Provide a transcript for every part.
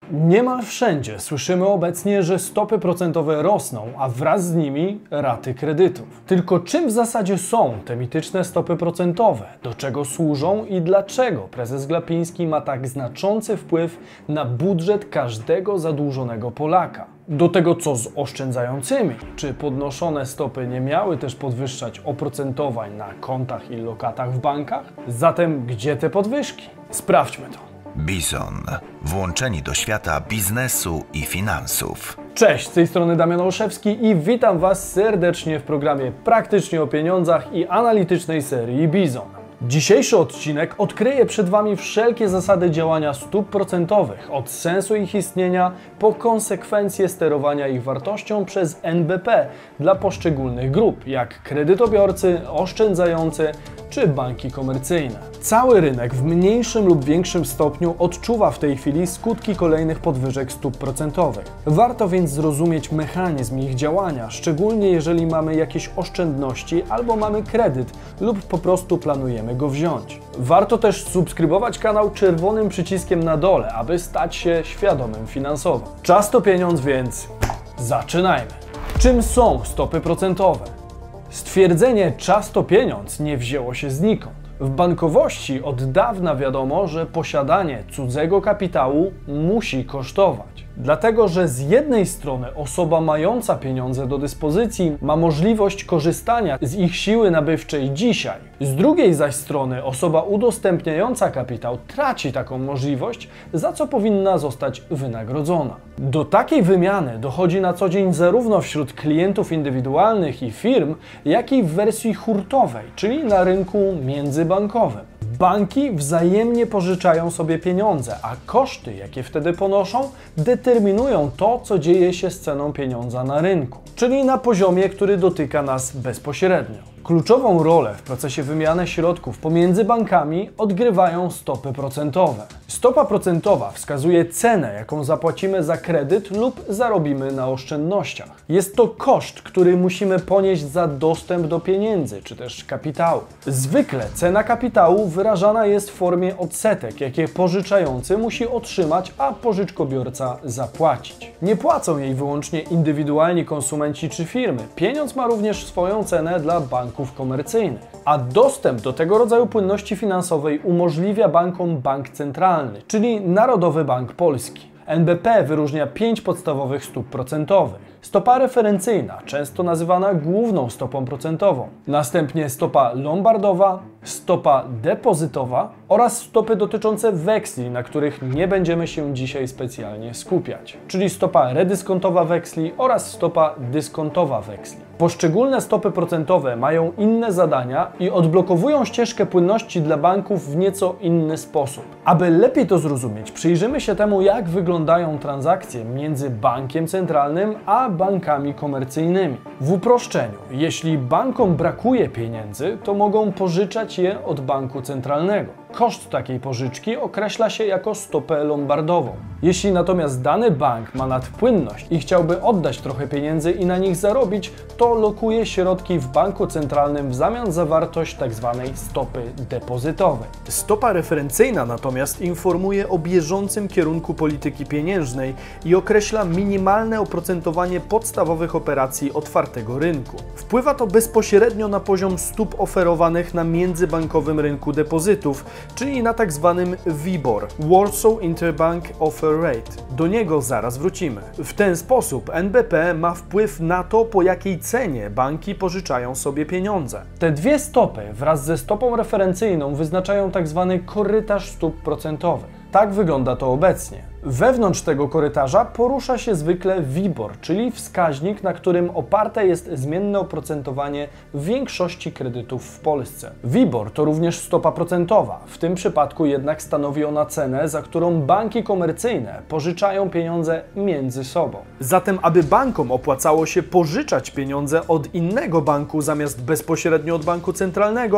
Niemal wszędzie słyszymy obecnie, że stopy procentowe rosną, a wraz z nimi raty kredytów. Tylko czym w zasadzie są te mityczne stopy procentowe? Do czego służą i dlaczego prezes Glapiński ma tak znaczący wpływ na budżet każdego zadłużonego Polaka? Do tego co z oszczędzającymi? Czy podnoszone stopy nie miały też podwyższać oprocentowań na kontach i lokatach w bankach? Zatem gdzie te podwyżki? Sprawdźmy to. Bizon. Włączeni do świata biznesu i finansów. Cześć, z tej strony Damian Olszewski i witam Was serdecznie w programie Praktycznie o pieniądzach i analitycznej serii Bizon. Dzisiejszy odcinek odkryje przed Wami wszelkie zasady działania stóp procentowych, od sensu ich istnienia po konsekwencje sterowania ich wartością przez NBP dla poszczególnych grup, jak kredytobiorcy, oszczędzający czy banki komercyjne. Cały rynek w mniejszym lub większym stopniu odczuwa w tej chwili skutki kolejnych podwyżek stóp procentowych. Warto więc zrozumieć mechanizm ich działania, szczególnie jeżeli mamy jakieś oszczędności albo mamy kredyt lub po prostu planujemy go wziąć. Warto też subskrybować kanał czerwonym przyciskiem na dole, aby stać się świadomym finansowo. Czas to pieniądz, więc zaczynajmy. Czym są stopy procentowe? Stwierdzenie czas to pieniądz nie wzięło się znikąd. W bankowości od dawna wiadomo, że posiadanie cudzego kapitału musi kosztować. Dlatego, że z jednej strony osoba mająca pieniądze do dyspozycji ma możliwość korzystania z ich siły nabywczej dzisiaj. Z drugiej zaś strony osoba udostępniająca kapitał traci taką możliwość, za co powinna zostać wynagrodzona. Do takiej wymiany dochodzi na co dzień zarówno wśród klientów indywidualnych i firm, jak i w wersji hurtowej, czyli na rynku międzybankowym. Banki wzajemnie pożyczają sobie pieniądze, a koszty, jakie wtedy ponoszą, determinują to, co dzieje się z ceną pieniądza na rynku, czyli na poziomie, który dotyka nas bezpośrednio. Kluczową rolę w procesie wymiany środków pomiędzy bankami odgrywają stopy procentowe. Stopa procentowa wskazuje cenę, jaką zapłacimy za kredyt lub zarobimy na oszczędnościach. Jest to koszt, który musimy ponieść za dostęp do pieniędzy, czy też kapitału. Zwykle cena kapitału wyrażana jest w formie odsetek, jakie pożyczający musi otrzymać, a pożyczkobiorca zapłacić. Nie płacą jej wyłącznie indywidualni konsumenci czy firmy. Pieniądz ma również swoją cenę dla banków komercyjnych, a dostęp do tego rodzaju płynności finansowej umożliwia bankom bank centralny, czyli Narodowy Bank Polski. NBP wyróżnia 5 podstawowych stóp procentowych. Stopa referencyjna, często nazywana główną stopą procentową, następnie stopa lombardowa, stopa depozytowa oraz stopy dotyczące weksli, na których nie będziemy się dzisiaj specjalnie skupiać, czyli stopa redyskontowa weksli oraz stopa dyskontowa weksli. Poszczególne stopy procentowe mają inne zadania i odblokowują ścieżkę płynności dla banków w nieco inny sposób. Aby lepiej to zrozumieć, przyjrzymy się temu, jak wyglądają transakcje między bankiem centralnym a bankami komercyjnymi. W uproszczeniu, jeśli bankom brakuje pieniędzy, to mogą pożyczać je od banku centralnego. Koszt takiej pożyczki określa się jako stopę lombardową. Jeśli natomiast dany bank ma nadpłynność i chciałby oddać trochę pieniędzy i na nich zarobić, to lokuje środki w banku centralnym w zamian za wartość tzw. stopy depozytowej. Stopa referencyjna natomiast informuje o bieżącym kierunku polityki pieniężnej i określa minimalne oprocentowanie podstawowych operacji otwartego rynku. Wpływa to bezpośrednio na poziom stóp oferowanych na międzybankowym rynku depozytów, czyli na tzw. WIBOR, Warsaw Interbank Offer Rate. Do niego zaraz wrócimy. W ten sposób NBP ma wpływ na to, po jakiej cenie banki pożyczają sobie pieniądze. Te dwie stopy wraz ze stopą referencyjną wyznaczają tzw. korytarz stóp procentowych. Tak wygląda to obecnie. Wewnątrz tego korytarza porusza się zwykle WIBOR, czyli wskaźnik, na którym oparte jest zmienne oprocentowanie większości kredytów w Polsce. WIBOR to również stopa procentowa, w tym przypadku jednak stanowi ona cenę, za którą banki komercyjne pożyczają pieniądze między sobą. Zatem, aby bankom opłacało się pożyczać pieniądze od innego banku zamiast bezpośrednio od banku centralnego,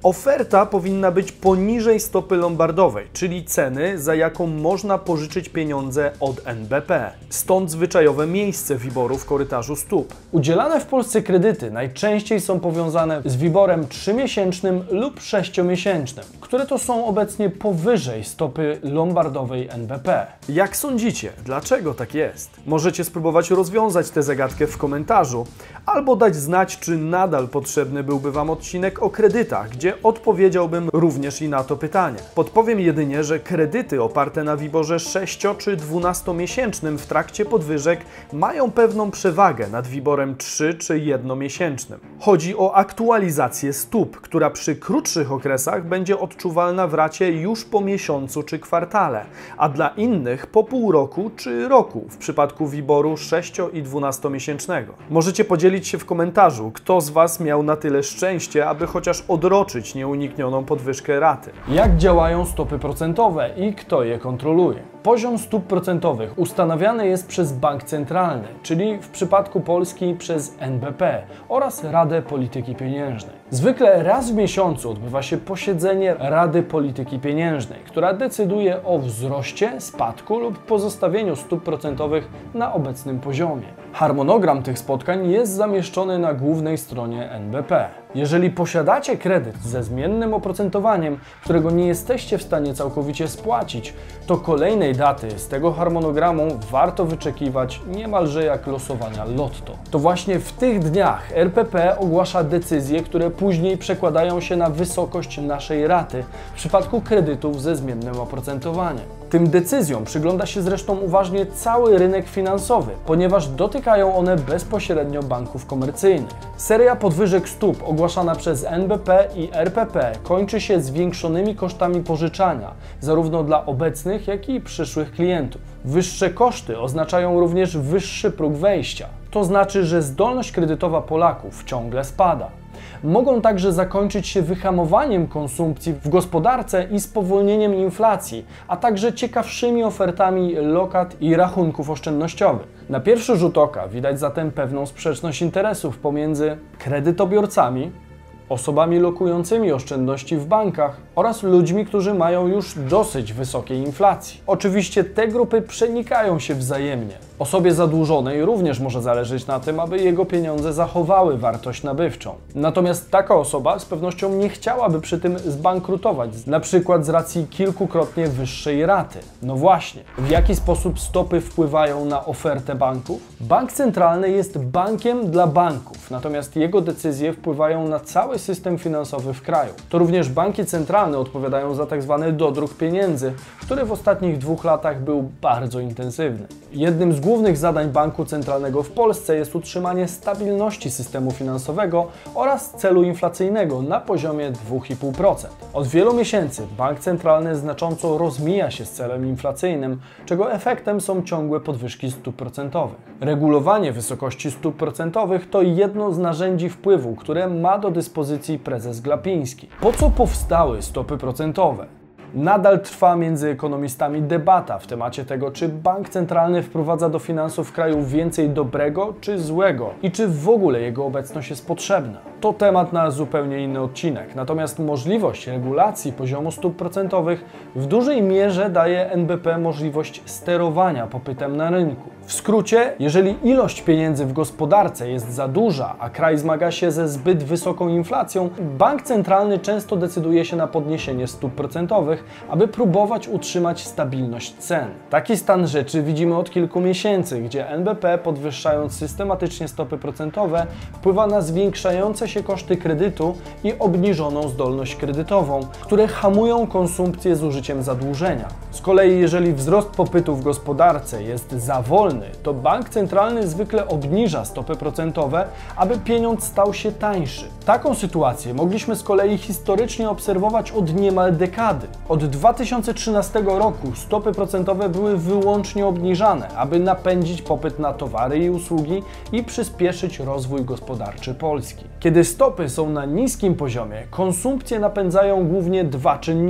Oferta powinna być poniżej stopy lombardowej, czyli ceny, za jaką można pożyczyć pieniądze od NBP. Stąd zwyczajowe miejsce WIBOR-u w korytarzu stóp. Udzielane w Polsce kredyty najczęściej są powiązane z WIBOR-em 3-miesięcznym lub 6-miesięcznym, które to są obecnie powyżej stopy lombardowej NBP. Jak sądzicie, dlaczego tak jest? Możecie spróbować rozwiązać tę zagadkę w komentarzu, albo dać znać, czy nadal potrzebny byłby Wam odcinek o kredytach, gdzie odpowiedziałbym również i na to pytanie. Podpowiem jedynie, że kredyty oparte na WIBOR-ze 6 czy 12-miesięcznym w trakcie podwyżek mają pewną przewagę nad WIBOR-em 3 czy 1-miesięcznym. Chodzi o aktualizację stóp, która przy krótszych okresach będzie odczuwalna w racie już po miesiącu czy kwartale, a dla innych po pół roku czy roku w przypadku WIBOR-u 6 i 12-miesięcznego. Możecie podzielić się w komentarzu, kto z Was miał na tyle szczęście, aby chociaż odroczyć nieuniknioną podwyżkę raty. Jak działają stopy procentowe i kto je kontroluje? Poziom stóp procentowych ustanawiany jest przez Bank Centralny, czyli w przypadku Polski przez NBP oraz Radę Polityki Pieniężnej. Zwykle raz w miesiącu odbywa się posiedzenie Rady Polityki Pieniężnej, która decyduje o wzroście, spadku lub pozostawieniu stóp procentowych na obecnym poziomie. Harmonogram tych spotkań jest zamieszczony na głównej stronie NBP. Jeżeli posiadacie kredyt ze zmiennym oprocentowaniem, którego nie jesteście w stanie całkowicie spłacić, to kolejnej daty z tego harmonogramu warto wyczekiwać niemalże jak losowania lotto. To właśnie w tych dniach RPP ogłasza decyzje, które później przekładają się na wysokość naszej raty w przypadku kredytów ze zmiennym oprocentowaniem. Tym decyzjom przygląda się zresztą uważnie cały rynek finansowy, ponieważ dotykają one bezpośrednio banków komercyjnych. Seria podwyżek stóp ogłaszana przez NBP i RPP kończy się zwiększonymi kosztami pożyczania, zarówno dla obecnych, jak i przyszłych klientów. Wyższe koszty oznaczają również wyższy próg wejścia. To znaczy, że zdolność kredytowa Polaków ciągle spada. Mogą także zakończyć się wyhamowaniem konsumpcji w gospodarce i spowolnieniem inflacji, a także ciekawszymi ofertami lokat i rachunków oszczędnościowych. Na pierwszy rzut oka widać zatem pewną sprzeczność interesów pomiędzy kredytobiorcami, osobami lokującymi oszczędności w bankach oraz ludźmi, którzy mają już dosyć wysokiej inflacji. Oczywiście te grupy przenikają się wzajemnie. Osobie zadłużonej również może zależeć na tym, aby jego pieniądze zachowały wartość nabywczą. Natomiast taka osoba z pewnością nie chciałaby przy tym zbankrutować, na przykład z racji kilkukrotnie wyższej raty. No właśnie, w jaki sposób stopy wpływają na ofertę banków? Bank Centralny jest bankiem dla banków, natomiast jego decyzje wpływają na cały system finansowy w kraju. To również banki centralne odpowiadają za tzw. dodruk pieniędzy, który w ostatnich 2 latach był bardzo intensywny. Jednym z głównych zadań Banku Centralnego w Polsce jest utrzymanie stabilności systemu finansowego oraz celu inflacyjnego na poziomie 2,5%. Od wielu miesięcy Bank Centralny znacząco rozmija się z celem inflacyjnym, czego efektem są ciągłe podwyżki stóp procentowych. Regulowanie wysokości stóp procentowych to jedno z narzędzi wpływu, które ma do dyspozycji prezes Glapiński. Po co powstały stopy procentowe? Nadal trwa między ekonomistami debata w temacie tego, czy bank centralny wprowadza do finansów kraju więcej dobrego czy złego i czy w ogóle jego obecność jest potrzebna. To temat na zupełnie inny odcinek, natomiast możliwość regulacji poziomu stóp procentowych w dużej mierze daje NBP możliwość sterowania popytem na rynku. W skrócie, jeżeli ilość pieniędzy w gospodarce jest za duża, a kraj zmaga się ze zbyt wysoką inflacją, bank centralny często decyduje się na podniesienie stóp procentowych, aby próbować utrzymać stabilność cen. Taki stan rzeczy widzimy od kilku miesięcy, gdzie NBP, podwyższając systematycznie stopy procentowe, wpływa na zwiększające się koszty kredytu i obniżoną zdolność kredytową, które hamują konsumpcję z użyciem zadłużenia. Z kolei jeżeli wzrost popytu w gospodarce jest za wolny, to bank centralny zwykle obniża stopy procentowe, aby pieniądz stał się tańszy. Taką sytuację mogliśmy z kolei historycznie obserwować od niemal dekady. Od 2013 roku stopy procentowe były wyłącznie obniżane, aby napędzić popyt na towary i usługi i przyspieszyć rozwój gospodarczy Polski. Kiedy stopy są na niskim poziomie, konsumpcję napędzają głównie 2 czynniki.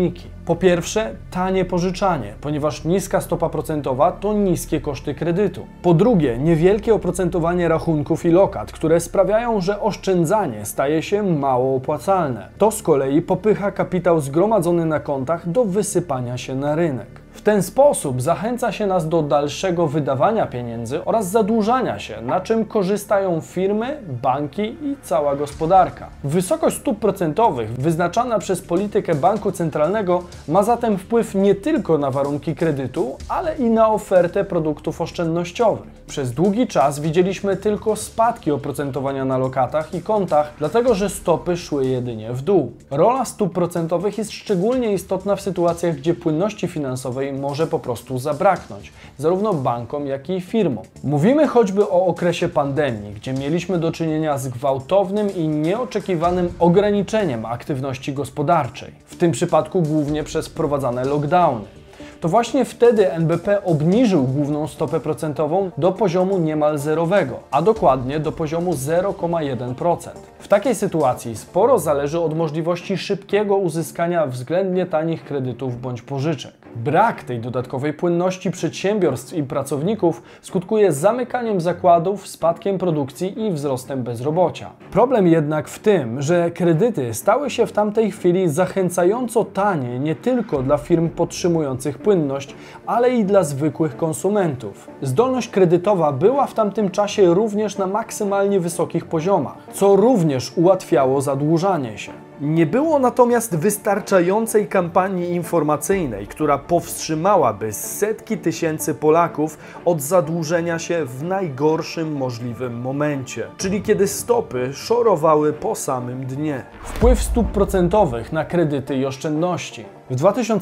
Po pierwsze, tanie pożyczanie, ponieważ niska stopa procentowa to niskie koszty kredytu. Po drugie, niewielkie oprocentowanie rachunków i lokat, które sprawiają, że oszczędzanie staje się mało opłacalne. To z kolei popycha kapitał zgromadzony na kontach do wysypania się na rynek. W ten sposób zachęca się nas do dalszego wydawania pieniędzy oraz zadłużania się, na czym korzystają firmy, banki i cała gospodarka. Wysokość stóp procentowych wyznaczana przez politykę banku centralnego ma zatem wpływ nie tylko na warunki kredytu, ale i na ofertę produktów oszczędnościowych. Przez długi czas widzieliśmy tylko spadki oprocentowania na lokatach i kontach, dlatego że stopy szły jedynie w dół. Rola stóp procentowych jest szczególnie istotna w sytuacjach, gdzie płynności finansowej może po prostu zabraknąć, zarówno bankom, jak i firmom. Mówimy choćby o okresie pandemii, gdzie mieliśmy do czynienia z gwałtownym i nieoczekiwanym ograniczeniem aktywności gospodarczej, w tym przypadku głównie przez wprowadzane lockdowny. To właśnie wtedy NBP obniżył główną stopę procentową do poziomu niemal zerowego, a dokładnie do poziomu 0,1%. W takiej sytuacji sporo zależy od możliwości szybkiego uzyskania względnie tanich kredytów bądź pożyczek. Brak tej dodatkowej płynności przedsiębiorstw i pracowników skutkuje zamykaniem zakładów, spadkiem produkcji i wzrostem bezrobocia. Problem jednak w tym, że kredyty stały się w tamtej chwili zachęcająco tanie nie tylko dla firm podtrzymujących płynność, ale i dla zwykłych konsumentów. Zdolność kredytowa była w tamtym czasie również na maksymalnie wysokich poziomach, co również ułatwiało zadłużanie się. Nie było natomiast wystarczającej kampanii informacyjnej, która powstrzymałaby setki tysięcy Polaków od zadłużenia się w najgorszym możliwym momencie, czyli kiedy stopy szorowały po samym dnie. Wpływ stóp procentowych na kredyty i oszczędności. W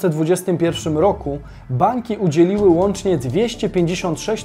2021 roku banki udzieliły łącznie 256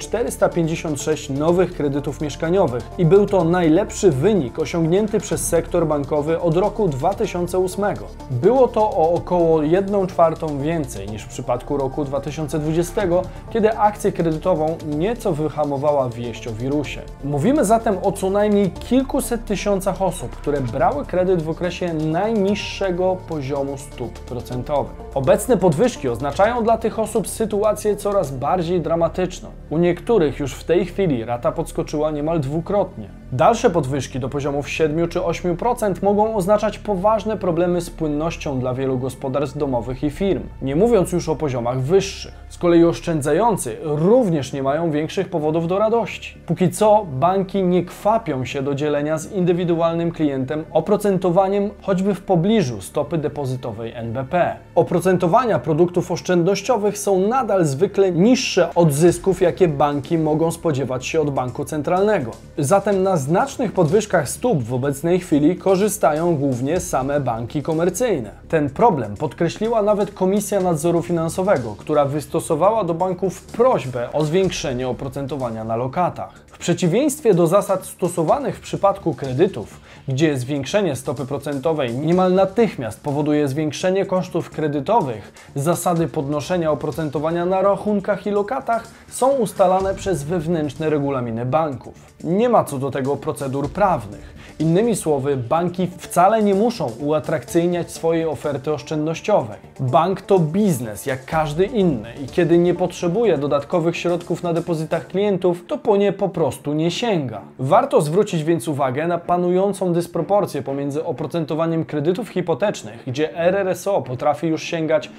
456 nowych kredytów mieszkaniowych i był to najlepszy wynik osiągnięty przez sektor bankowy od roku 2008. Było to o około 1/4 więcej niż w przypadku roku 2020, kiedy akcję kredytową nieco wyhamowała wieść o wirusie. Mówimy zatem o co najmniej kilkuset tysiącach osób, które brały kredyt w okresie najniższego poziomu stóp procentowych. Obecne podwyżki oznaczają dla tych osób sytuację coraz bardziej dramatyczną. U niektórych już w tej chwili rata podskoczyła niemal dwukrotnie. Dalsze podwyżki do poziomów 7 czy 8% mogą oznaczać poważne problemy z płynnością dla wielu gospodarstw domowych i firm, nie mówiąc już o poziomach wyższych. Z kolei oszczędzający również nie mają większych powodów do radości. Póki co banki nie kwapią się do dzielenia z indywidualnym klientem oprocentowaniem choćby w pobliżu stopy depozytowej NBP. Oprocentowania produktów oszczędnościowych są nadal zwykle niższe od zysków, jakie banki mogą spodziewać się od banku centralnego. Zatem na znacznych podwyżkach stóp w obecnej chwili korzystają głównie same banki komercyjne. Ten problem podkreśliła nawet Komisja Nadzoru Finansowego, która wystosowała do banków prośbę o zwiększenie oprocentowania na lokatach. W przeciwieństwie do zasad stosowanych w przypadku kredytów, gdzie zwiększenie stopy procentowej niemal natychmiast powoduje zwiększenie kosztów kredytowych, zasady podnoszenia oprocentowania na rachunkach i lokatach są ustalane przez wewnętrzne regulaminy banków. Nie ma co do tego procedur prawnych. Innymi słowy, banki wcale nie muszą uatrakcyjniać swojej oferty oszczędnościowej. Bank to biznes jak każdy inny i kiedy nie potrzebuje dodatkowych środków na depozytach klientów, to po nie po prostu nie sięga. Warto zwrócić więc uwagę na panującą dysproporcję pomiędzy oprocentowaniem kredytów hipotecznych, gdzie RRSO potrafi już sięgać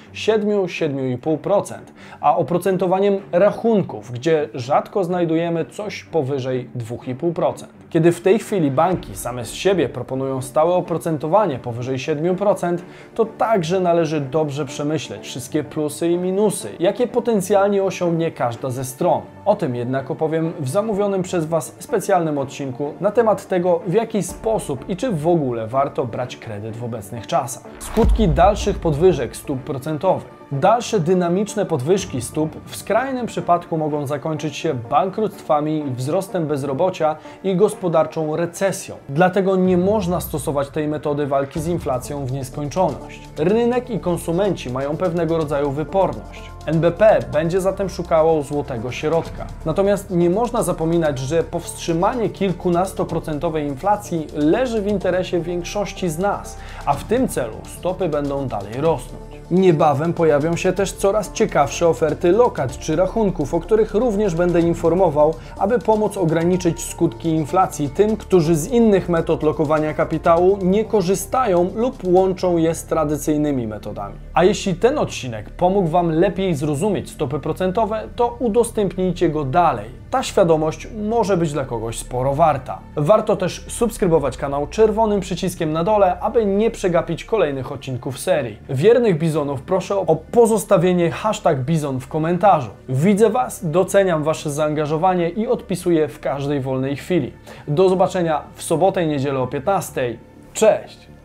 7–7,5%, a oprocentowaniem rachunków, gdzie rzadko znajdujemy coś powyżej 2,5%. Kiedy w tej chwili banki same z siebie proponują stałe oprocentowanie powyżej 7%, to także należy dobrze przemyśleć wszystkie plusy i minusy, jakie potencjalnie osiągnie każda ze stron. O tym jednak opowiem w zamówionym przez Was specjalnym odcinku na temat tego, w jaki sposób i czy w ogóle warto brać kredyt w obecnych czasach. Skutki dalszych podwyżek stóp procentowych. Dalsze dynamiczne podwyżki stóp w skrajnym przypadku mogą zakończyć się bankructwami, wzrostem bezrobocia i gospodarczą recesją. Dlatego nie można stosować tej metody walki z inflacją w nieskończoność. Rynek i konsumenci mają pewnego rodzaju wyporność. NBP będzie zatem szukało złotego środka. Natomiast nie można zapominać, że powstrzymanie kilkunastoprocentowej inflacji leży w interesie większości z nas, a w tym celu stopy będą dalej rosnąć. Niebawem pojawią się też coraz ciekawsze oferty lokat czy rachunków, o których również będę informował, aby pomóc ograniczyć skutki inflacji tym, którzy z innych metod lokowania kapitału nie korzystają lub łączą je z tradycyjnymi metodami. A jeśli ten odcinek pomógł Wam lepiej zrozumieć stopy procentowe, to udostępnijcie go dalej. Ta świadomość może być dla kogoś sporo warta. Warto też subskrybować kanał czerwonym przyciskiem na dole, aby nie przegapić kolejnych odcinków serii. Wiernych bizonów proszę o pozostawienie #bizon w komentarzu. Widzę Was, doceniam Wasze zaangażowanie i odpisuję w każdej wolnej chwili. Do zobaczenia w sobotę i niedzielę o 15:00. Cześć!